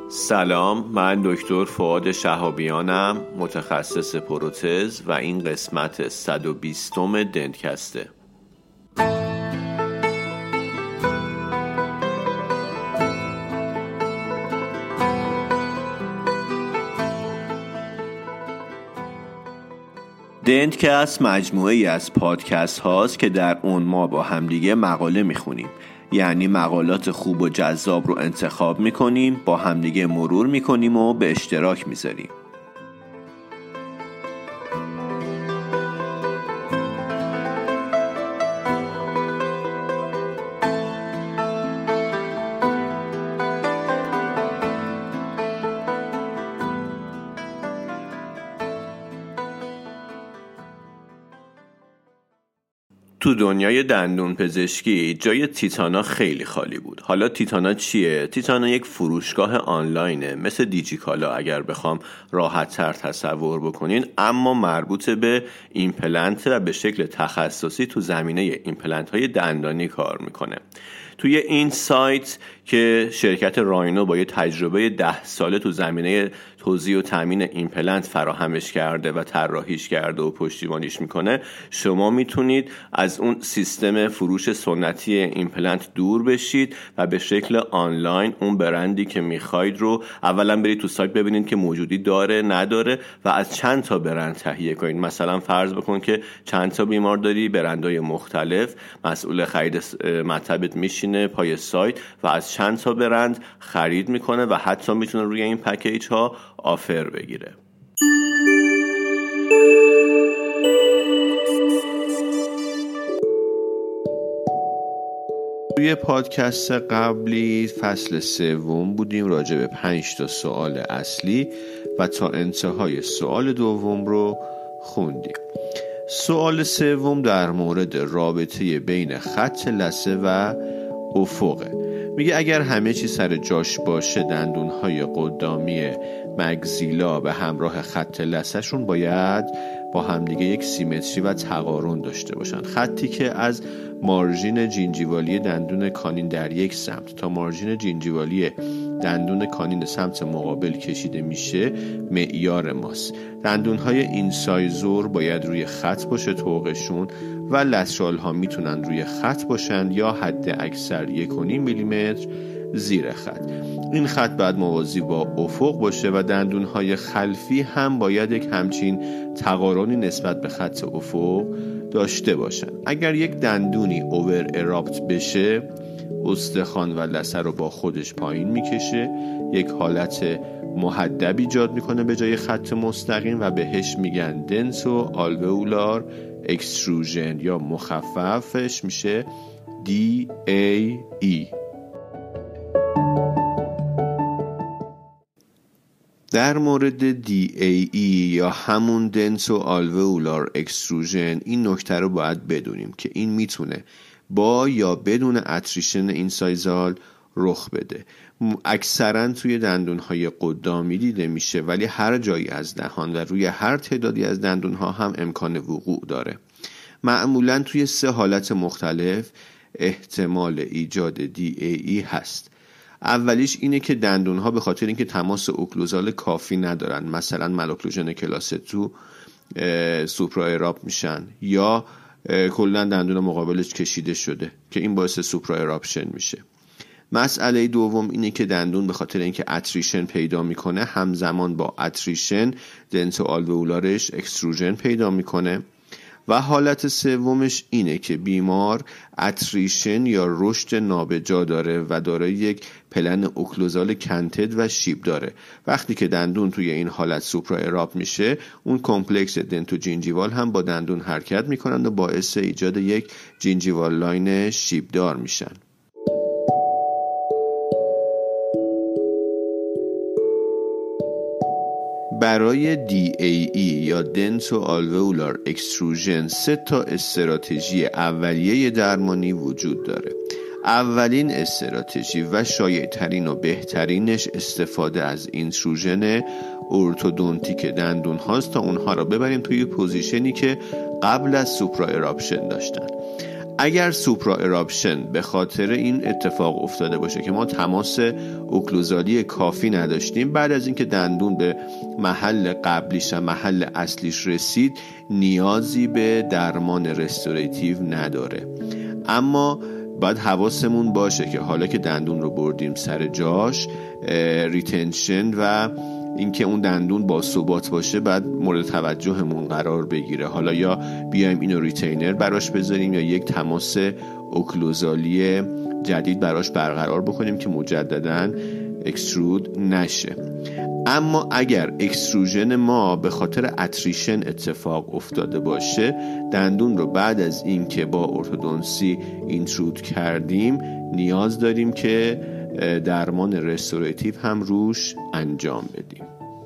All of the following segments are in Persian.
سلام، من دکتر فؤاد شهابیانم، متخصص پروتز و این قسمت 120م دنتکسته. دنتکست مجموعه ای از پادکست هاست که در اون ما با همدیگه مقاله میخونیم، یعنی مقالات خوب و جذاب رو انتخاب میکنیم، با همدیگه مرور میکنیم و به اشتراک میذاریم. تو دنیای دندون پزشکی جای تیتانا خیلی خالی بود. حالا تیتانا چیه؟ تیتانا یک فروشگاه آنلاینه، مثل دیجیکالا اگر بخوام راحت تر تصور بکنین، اما مربوط به ایمپلنت و به شکل تخصصی تو زمینه ایمپلنت های دندانی کار میکنه. توی این سایت که شرکت راینو با یه تجربه 10 ساله تو زمینه توزیع و تامین ایمپلنت فراهمش کرده و طراحیش کرده و پشتیبانیش میکنه، شما میتونید از اون سیستم فروش سنتی ایمپلنت دور بشید و به شکل آنلاین اون برندی که میخواید رو اولا برید تو سایت ببینید که موجودی داره نداره و از چند تا برند تهیه کنید. مثلا فرض بکن که چند تا بیمار داری، برندهای مختلف، مسئول خرید مطبت میشینه پای سایت و از چند تا برند خرید میکنه و حتی میتونه روی این پکیج ها آفر بگیره. توی پادکست قبلی فصل 3 بودیم، راجع به 5 تا سوال اصلی و تا انتهای سوال 2 رو خوندیم. سوال 3 در مورد رابطه بین خط لثه و افقه. میگه اگر همه چی سر جاش باشه، دندونهای قدامی مگزیلا به همراه خط لثه‌شون باید با همدیگه یک سیمتری و تقارن داشته باشن. خطی که از مارژین جینجیوالی دندون کانین در یک سمت تا مارژین جینجیوالی دندون کانین سمت مقابل کشیده میشه معیار ماست. دندونهای اینسایزور باید روی خط باشه طوقشون و لثه‌شال ها میتونن روی خط باشن یا حد اکثر 1.5 میلیمتر زیر خط. این خط باید موازی با افق باشه و دندونهای خلفی هم باید یک همچین تقارنی نسبت به خط افق داشته باشن. اگر یک دندونی اوور اراپت بشه، استخوان و لثه رو با خودش پایین میکشه، یک حالت محدب ایجاد میکنه به جای خط مستقیم و بهش میگن دنسو آلوئولار اکستروژن یا مخففش میشه DAE. در مورد DAE یا همون دنسو آلوئولار اکستروژن این نکته رو باید بدونیم که این میتونه با یا بدون اتریشن اینسایزال رخ بده. اکثرا توی دندونهای قدامی دیده میشه، ولی هر جایی از دهان و روی هر تعدادی از دندونها هم امکان وقوع داره. معمولا توی 3 حالت مختلف احتمال ایجاد DAE هست. اولیش اینه که دندونها به خاطر اینکه تماس اوکلوزال کافی ندارن، مثلا مالوکلوژن کلاس 2 سوپرا اراپ میشن، یا کلا دندون مقابلش کشیده شده که این باعث سوپرا اراپشن میشه. مسئله دوم اینه که دندون به خاطر اینکه اتریشن پیدا میکنه همزمان با اتریشن دنتو آلوئولارش اکستروژن پیدا میکنه. و حالت سومش اینه که بیمار اتریشن یا رشد نابجا داره و داره یک پلن اوکلوزال کنتد و شیب داره. وقتی که دندون توی این حالت سوپرا اراپ میشه، اون کمپلکس دنتو جینجیوال هم با دندون حرکت میکنن و باعث ایجاد یک جینجیوال لاین شیب دار میشن. برای DAE یا دنتو آلوئولار اکستروژن 3 تا استراتژی اولیه درمانی وجود داره. اولین استراتژی و شایع‌ترین و بهترینش استفاده از اینتروژن ارتودونتیک دندون هاست تا اونها را ببریم توی پوزیشنی که قبل از سوپرا اراپشن داشتن. اگر سوپرا اراپشن به خاطر این اتفاق افتاده باشه که ما تماس اوکلوزالی کافی نداشتیم، بعد از اینکه دندون به محل قبلیش و محل اصلیش رسید نیازی به درمان رستوریتیو نداره. اما باید حواسمون باشه که حالا که دندون رو بردیم سر جاش، ریتنشن و اینکه اون دندون با ثبات باشه بعد مورد توجهمون قرار بگیره. حالا یا بیایم اینو ریتینر براش بذاریم یا یک تماس اوکلوزالی جدید براش برقرار بکنیم که مجدداً اکسترود نشه. اما اگر اکستروژن ما به خاطر اتریشن اتفاق افتاده باشه، دندون رو بعد از این که با ارتودنسی اینترود کردیم نیاز داریم که درمان رستوریتیو هم روش انجام بدیم.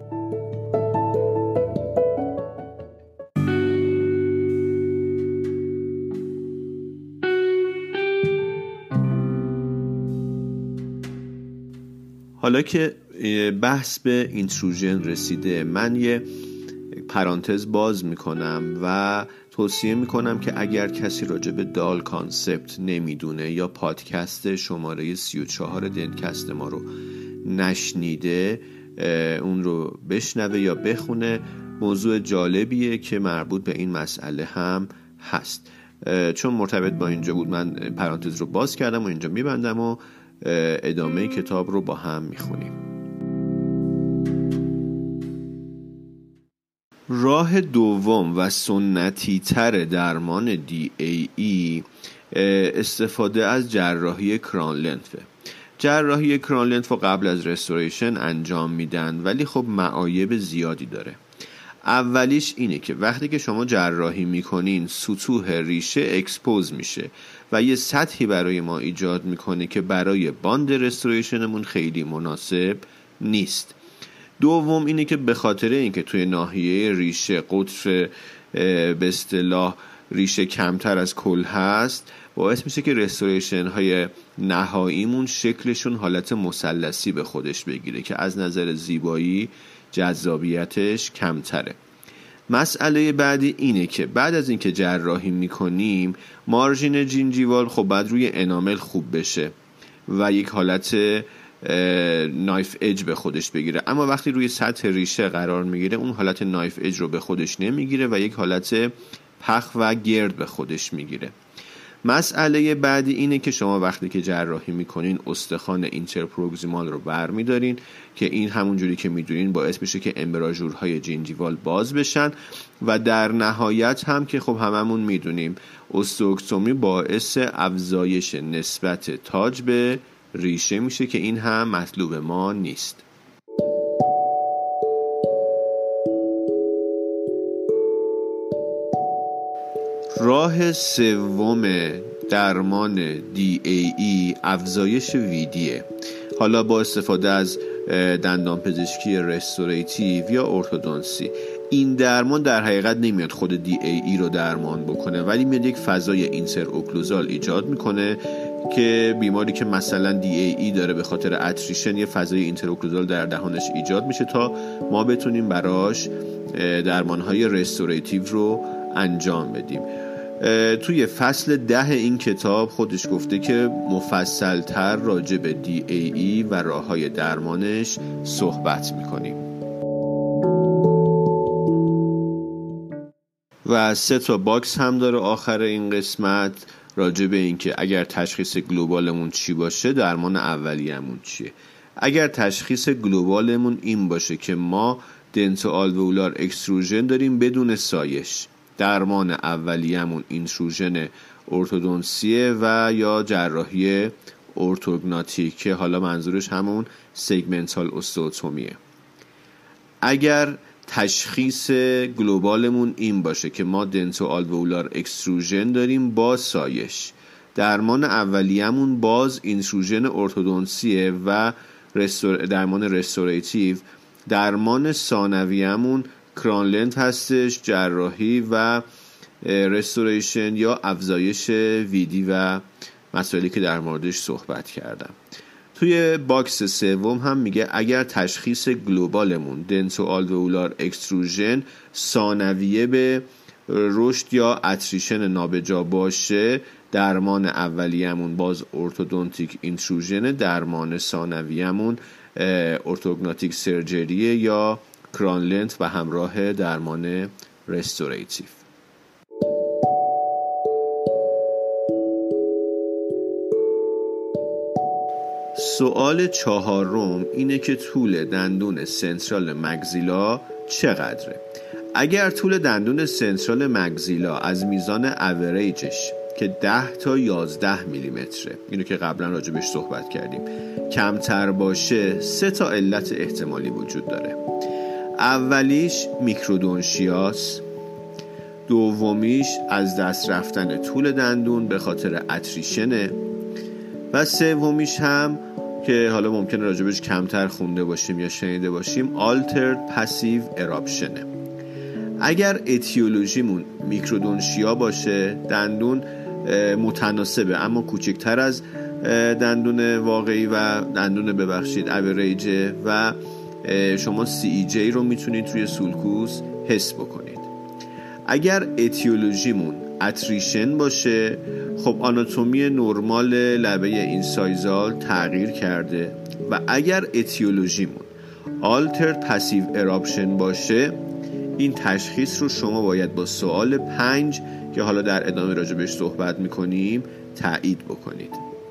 حالا که بحث به اینتروژن رسیده، من یه پرانتز باز میکنم و توصیه میکنم که اگر کسی راجع به دال کانسپت نمیدونه یا پادکست شماره 34 دنتکست ما رو نشنیده، اون رو بشنوه یا بخونه. موضوع جالبیه که مربوط به این مسئله هم هست. چون مرتبط با اینجا بود من پرانتز رو باز کردم و اینجا میبندم و ادامه کتاب رو با هم میخونیم. راه دوم و سنتی تر درمان DAE استفاده از جراحی کران لنفه. جراحی کران لنف رو قبل از رستوریشن انجام میدن، ولی خب معایب زیادی داره. اولیش اینه که وقتی که شما جراحی میکنین سطوح ریشه اکسپوز میشه و یه سطحی برای ما ایجاد میکنه که برای باند رستوریشنمون خیلی مناسب نیست. دوم اینه که به خاطر اینکه توی ناحیه ریشه قطر به اصطلاح ریشه کمتر از کل هست، باعث میشه که رستوریشن های نهاییمون شکلشون حالت مثلثی به خودش بگیره که از نظر زیبایی جذابیتش کمتره. مسئله بعدی اینه که بعد از اینکه جراحی میکنیم مارژین جینجیوال خب بعد روی انامل خوب بشه و یک حالت نایف اج به خودش بگیره، اما وقتی روی سطح ریشه قرار میگیره اون حالت نایف اج رو به خودش نمیگیره و یک حالت پخ و گرد به خودش میگیره. مسئله بعدی اینه که شما وقتی که جراحی میکنین استخوان اینترپروگزیمال رو برمیدارین که این همون جوری که میدونین باعث میشه که امبراژورهای جینجیوال باز بشن و در نهایت هم که خب هممون میدونیم اوستئوکتومی باعث افزایش نسبت تاج به ریشه میشه که این هم مطلوب ما نیست. راه سوم درمان DAE افزایش ویدیه، حالا با استفاده از دندان پزشکی رستوریتیو یا ارتودنسی. این درمان در حقیقت نمیاد خود DAE رو درمان بکنه، ولی میاد یک فضای اینتر اوکلوزال ایجاد میکنه که بیماری که مثلا DAE داره به خاطر اتریشن یه فضای اینتر اوکلوزال در دهانش ایجاد میشه تا ما بتونیم براش درمانهای رستوریتیو رو انجام بدیم. توی فصل 10 این کتاب خودش گفته که مفصل‌تر راجع به DAE و راه‌های درمانش صحبت می‌کنیم. و 3 باکس هم داره آخر این قسمت راجع به این که اگر تشخیص گلوبالمون چی باشه درمان اولیه‌مون چیه. اگر تشخیص گلوبالمون این باشه که ما دنتو آلوئولار اکستروژن داریم بدون سایش، درمان اولیه‌مون اینتروژن ارتودنسیه و یا جراحی ارتوگناتیک که حالا منظورش همون سگمنتال اوستئوتومیه. اگر تشخیص گلوبالمون این باشه که ما دنتو آلوئولار اکستروژن داریم با سایش، درمان اولیه‌مون باز اینتروژن ارتودنسیه و درمان رستوریتیو، درمان ثانویه‌مون کران لنف هستش، جراحی و رستوریشن یا افزایش ویدی و مسائلی که در موردش صحبت کردم. توی باکس سوم هم میگه اگر تشخیص گلوبالمون دنتو آلوئولار اکستروژن ثانویه به رشد یا اتریشن نابجا باشه، درمان اولیه‌مون باز ارتودونتیک اینتروژن، درمان ثانویه‌مون ارتوگناتیک سرجریه یا کرانلنت و همراه درمان رستوریتیو. سوال 4 اینه که طول دندون سنترال مگزیلا چقدره؟ اگر طول دندون سنترال مگزیلا از میزان اوریجش که 10 تا 11 میلیمتره، اینو که قبلا راجبش صحبت کردیم، کمتر باشه 3 تا علت احتمالی وجود داره. اولیش میکرودونشیاس، دومیش از دست رفتن طول دندون به خاطر اتریشنه و سومیش هم که حالا ممکنه راجبش کمتر خونده باشیم یا شنیده باشیم altered passive eruptionه. اگر اتیولوژیمون میکرودونشیا باشه، دندون متناسبه اما کوچکتر از دندون واقعی و دندون اوریجه و شما CEJ رو میتونید توی سولکوس حس بکنید. اگر اتیولوژیمون اتریشن باشه، خب آناتومی نرمال لبه اینسایزال تغییر کرده و اگر اتیولوژیمون altered passive eruption باشه، این تشخیص رو شما باید با سوال 5 که حالا در ادامه راجبش صحبت میکنیم تایید بکنید.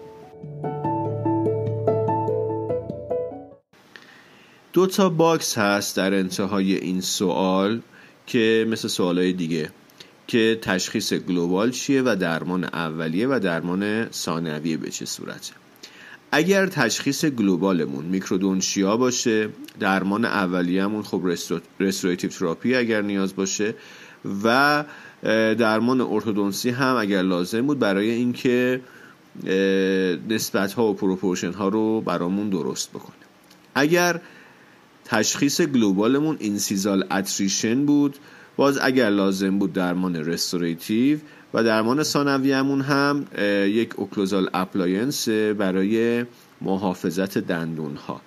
دو تا باکس هست در انتهای این سوال که مثل سوالای دیگه که تشخیص گلوبال چیه و درمان اولیه و درمان ثانویه به چه صورته. اگر تشخیص گلوبالمون میکرودونشیا باشه، درمان اولیه‌مون خب رستوریتیو تراپی اگر نیاز باشه و درمان ارتودونسی هم اگر لازم بود برای اینکه نسبت‌ها و پروپورشن‌ها رو برامون درست بکنه. اگر تشخیص گلوبالمون اینسیزال اتریشن بود، باز اگر لازم بود درمان رستوریتیو و درمان ثانویه‌مون هم یک اوکلوزال اپلاینس برای محافظت دندون‌ها.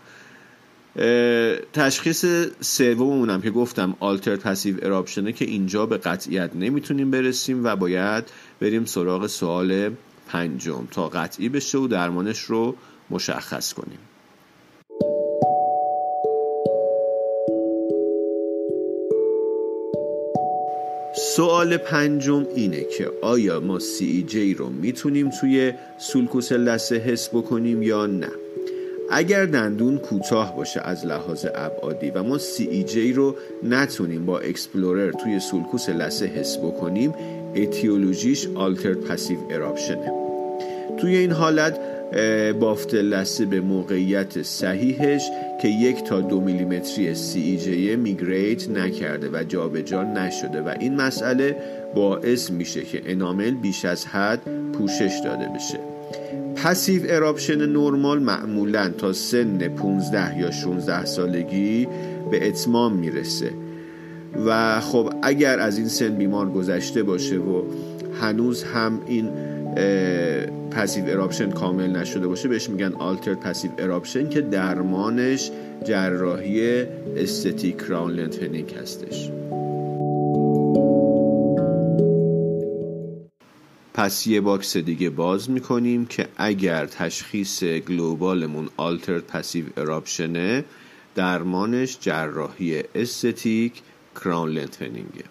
تشخیص سوممون هم که گفتم altered passive eruption که اینجا به قطعیت نمیتونیم برسیم و باید بریم سراغ سوال 5 تا قطعی بشه و درمانش رو مشخص کنیم. سوال 5 اینه که آیا ما CEJ رو میتونیم توی سولکوس لثه حس بکنیم یا نه؟ اگر دندون کوتاه باشه از لحاظ ابعادی و ما CEJ رو نتونیم با اکسپلورر توی سولکوس لثه حس بکنیم، اتیولوژیش altered passive eruptionه. توی این حالت بافت لثه به موقعیت صحیحش که 1 تا 2 میلیمتری CEJ میگریت نکرده و جابجا نشده و این مسئله باعث میشه که انامل بیش از حد پوشش داده بشه. پسیو اراپشن نرمال معمولاً تا سن 15 یا 16 سالگی به اتمام میرسه و خب اگر از این سن بیمار گذشته باشه و هنوز هم این پسیو اراپشن کامل نشده باشه، بهش میگن altered passive eruption که درمانش جراحی استتیک کراون لنتنینگ هستش. پس یه باکس دیگه باز میکنیم که اگر تشخیص گلوبالمون altered passive eruptionه، درمانش جراحی استتیک کراون لنتنینگه.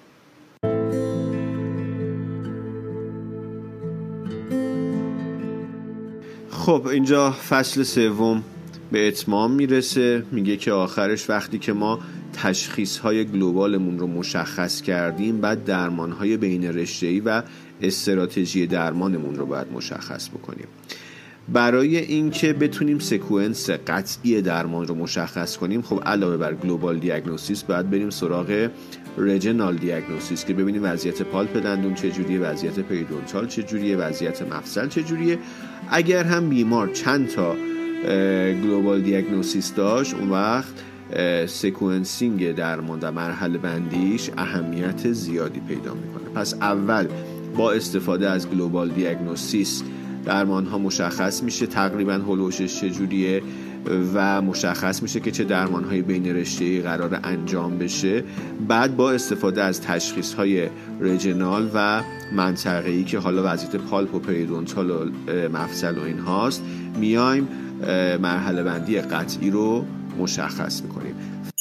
خب اینجا فصل 3 به اتمام میرسه. میگه که آخرش وقتی که ما تشخیص‌های گلوبالمون رو مشخص کردیم، بعد درمان‌های بین رشته‌ای و استراتژی درمانمون رو باید مشخص بکنیم. برای اینکه بتونیم سکونس قطعی درمان رو مشخص کنیم، خب علاوه بر گلوبال دیاگنوستیس باید بریم سراغ رژنال دیاگنوستیس که ببینیم وضعیت پالپ دندون چجوریه، وضعیت پریدونتال چجوریه، وضعیت مفصل چجوریه. اگر هم بیمار چند تا گلوبال دیاگنوستیس داشت، اون وقت سکونسینگ درمان و مرحله بندیش اهمیت زیادی پیدا میکنه. پس اول با استفاده از گلوبال دیاگنوستیس درمان ها مشخص میشه تقریبا هولوشش چجوریه و مشخص میشه که چه درمان‌های بین رشته‌ای قرار انجام بشه. بعد با استفاده از تشخیص‌های رژنال و منطقه‌ای که حالا وضعیت پالپ و پریدونتال و مفصل و این هاست، میایم مرحله بندی قطعی رو مشخص میکنیم.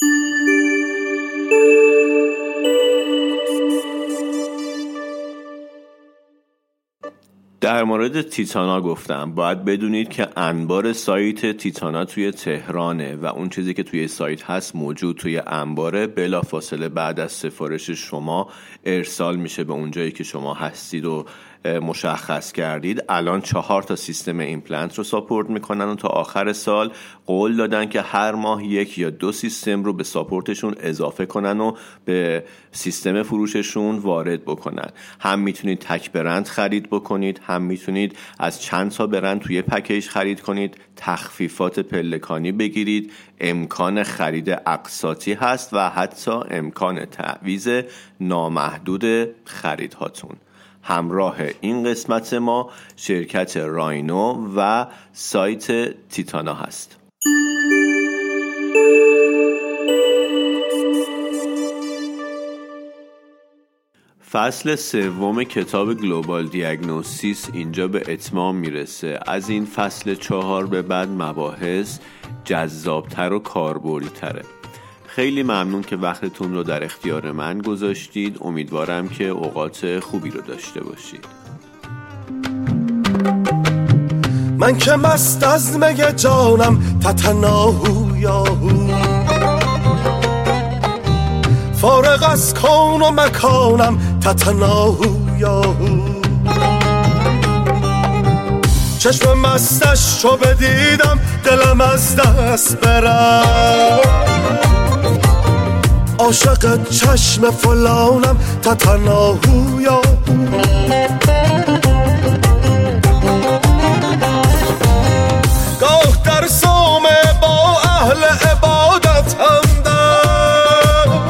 در مورد تیتانا گفتم باید بدونید که انبار سایت تیتانا توی تهرانه و اون چیزی که توی سایت هست موجود توی انباره، بلافاصله بعد از سفارش شما ارسال میشه به اون جایی که شما هستید و مشخص کردید. الان 4 تا سیستم ایمپلنت رو ساپورت میکنن و تا آخر سال قول دادن که هر ماه 1 یا 2 سیستم رو به ساپورتشون اضافه کنن و به سیستم فروششون وارد بکنن. هم میتونید تک برند خرید بکنید، هم میتونید از چند تا برند توی پکیج خرید کنید، تخفیفات پلکانی بگیرید، امکان خرید اقساطی هست و حتی امکان تعویض نامحدود خریدهاتون. همراه این قسمت ما شرکت راینو و سایت تیتانا هست. فصل 3 کتاب گلوبال دیاگنوستیس اینجا به اتمام میرسه. از این فصل 4 به بعد مباحث جذابتر و کاربردی‌تره. خیلی ممنون که وقتتون رو در اختیار من گذاشتید. امیدوارم که اوقات خوبی رو داشته باشید. من که مست از می جانم تتناهو یاهو، فارغ از کون و مکانم تتناهو یاهو، چشم مستش رو بدیدم دلم از دست برم، عاشق چشم فلانم تتناهو یاهو، گاه در صومعه با اهل عبادت همدم،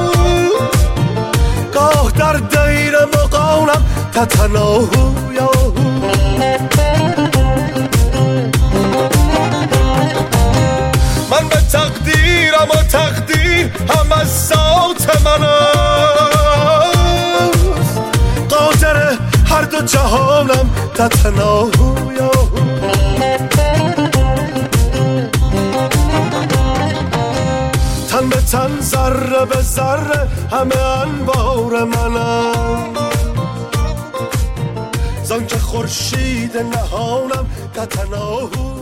گاه در دیر مقامم تتناهو یاهو، من به تقدیرم و تقدیر هم از ذات من است، قادر هر دو جهانم تتناهو یاهو، تن به تن ذره به ذره همه انبار منم، زان که خورشید نهانم تتناهو